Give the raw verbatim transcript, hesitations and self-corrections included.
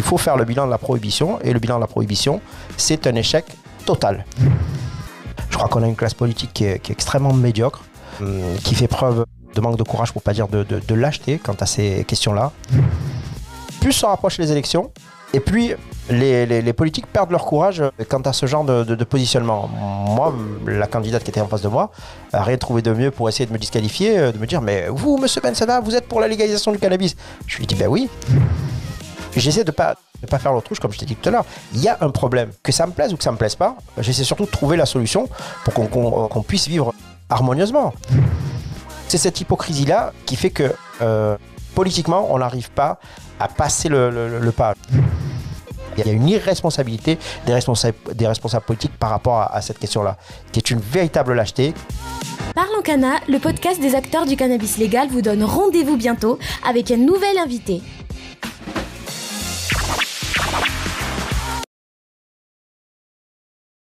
il faut faire le bilan de la prohibition, et le bilan de la prohibition, c'est un échec total. Je crois qu'on a une classe politique qui est, qui est extrêmement médiocre, qui fait preuve de manque de courage, pour ne pas dire de, de, de lâcheté quant à ces questions-là. Plus on rapproche les élections, et puis les, les, les politiques perdent leur courage quant à ce genre de, de, de positionnement. Moi, la candidate qui était en face de moi n'a rien trouvé de mieux pour essayer de me disqualifier, de me dire « Mais vous, monsieur Bensouda, vous êtes pour la légalisation du cannabis ?» Je lui ai dit « Ben oui ». J'essaie de ne pas, de pas faire l'autruche, comme je t'ai dit tout à l'heure. Il y a un problème. Que ça me plaise ou que ça ne me plaise pas, j'essaie surtout de trouver la solution pour qu'on qu'on, qu'on puisse vivre harmonieusement. C'est cette hypocrisie-là qui fait que euh, politiquement, on n'arrive pas à passer le, le, le pas. Il y a une irresponsabilité des responsables, des responsables politiques par rapport à, à cette question-là, qui est une véritable lâcheté. Parlons Cana, le podcast des acteurs du cannabis légal vous donne rendez-vous bientôt avec un nouvel invité.